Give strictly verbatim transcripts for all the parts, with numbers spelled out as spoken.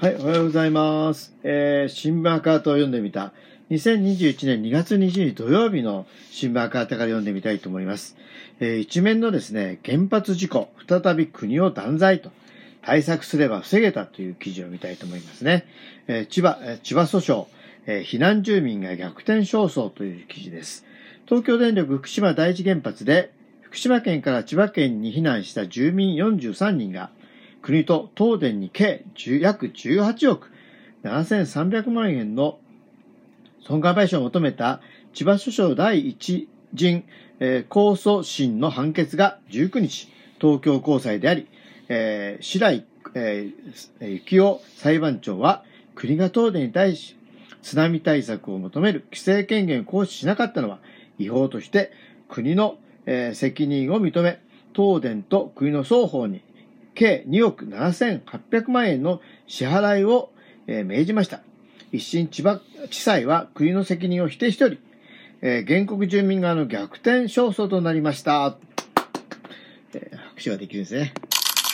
はい、おはようございます。えー、新聞赤旗を読んでみた。にせんにじゅういちねんにがつにじゅうにち土曜日の新聞赤旗から読んでみたいと思います。えー、一面のですね、原発事故、再び国を断罪と、対策すれば防げたという記事を見たいと思いますね。えー、千葉、えー、千葉訴訟、えー、避難住民が逆転勝訴という記事です。東京電力福島第一原発で、福島県から千葉県に避難した住民よんじゅうさんにんが、国と東電に計約じゅうはちおくななせんさんびゃくまんえんの損害賠償を求めた千葉訴訟第一陣、えー、控訴審の判決がじゅうくにち、東京高裁であり、えー、白井、えー、幸男裁判長は国が東電に対し津波対策を求める規制権限を行使しなかったのは違法として国の、えー、責任を認め、東電と国の双方に計におくななせんはっぴゃくまんえんの支払いを命じました。一審千葉地裁は国の責任を否定しており、えー、原告住民側の逆転勝訴となりました。えー、拍手ができるんですね。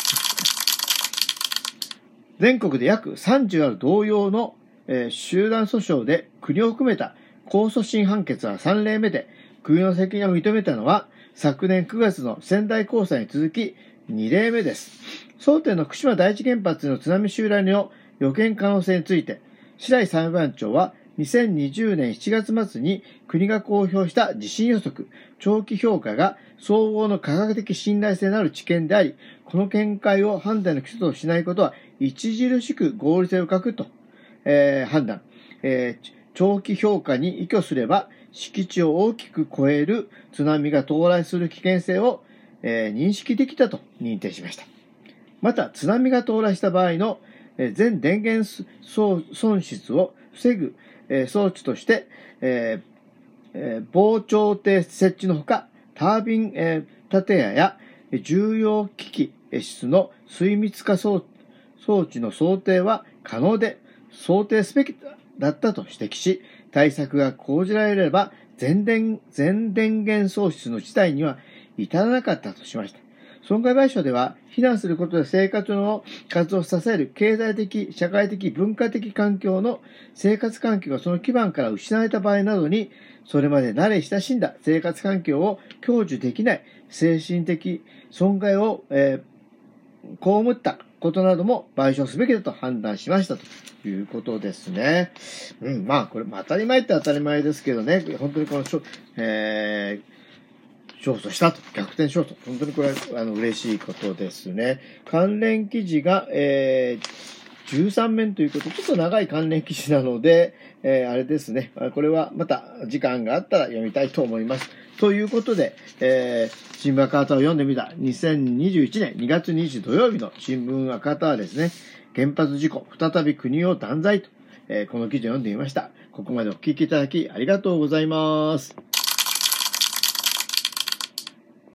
全国で約さんじゅうある同様の、えー、集団訴訟で国を含めた控訴審判決はさんれいめで、国の責任を認めたのは昨年くがつの仙台高裁に続きにれいめです。争点の福島第一原発の津波襲来の予見可能性について、白井裁判長はにせんにじゅうねんしちがつ末に国が公表した地震予測、長期評価が総合の科学的信頼性のある知見であり、この見解を判断の基礎としないことは著しく合理性を欠くと、えー、判断、えー。長期評価に依拠すれば、敷地を大きく超える津波が到来する危険性をえー、認識できたと認定しました。また、津波が到来した場合の、えー、全電源損失を防ぐ、えー、装置として、えーえー、防潮堤設置のほか、タービン、えー、建屋や重要機器室の水密化装置の想定は可能で想定すべきだったと指摘し、対策が講じられれば全電、全電源喪失の事態には至らなかったとしました。損害賠償では、避難することで生活の活動を支える経済的、社会的、文化的環境の生活環境がその基盤から失われた場合などに、それまで慣れ親しんだ生活環境を享受できない精神的損害を、えー、被ったことなども賠償すべきだと判断しましたということですね。うん、まあ、これ、当たり前って当たり前ですけどね、本当にこの、えー勝訴したと。逆転勝訴。本当にこれはあの嬉しいことですね。関連記事が、えー、じゅうさんめんということで、ちょっと長い関連記事なので、えー、あれですね。これはまた時間があったら読みたいと思います。ということで、えー、新聞赤旗を読んでみたにせんにじゅういちねんにがつにじゅうにち土曜日の新聞赤旗はですね、原発事故、再び国を断罪と、えー、この記事を読んでみました。ここまでお聞きいただきありがとうございます。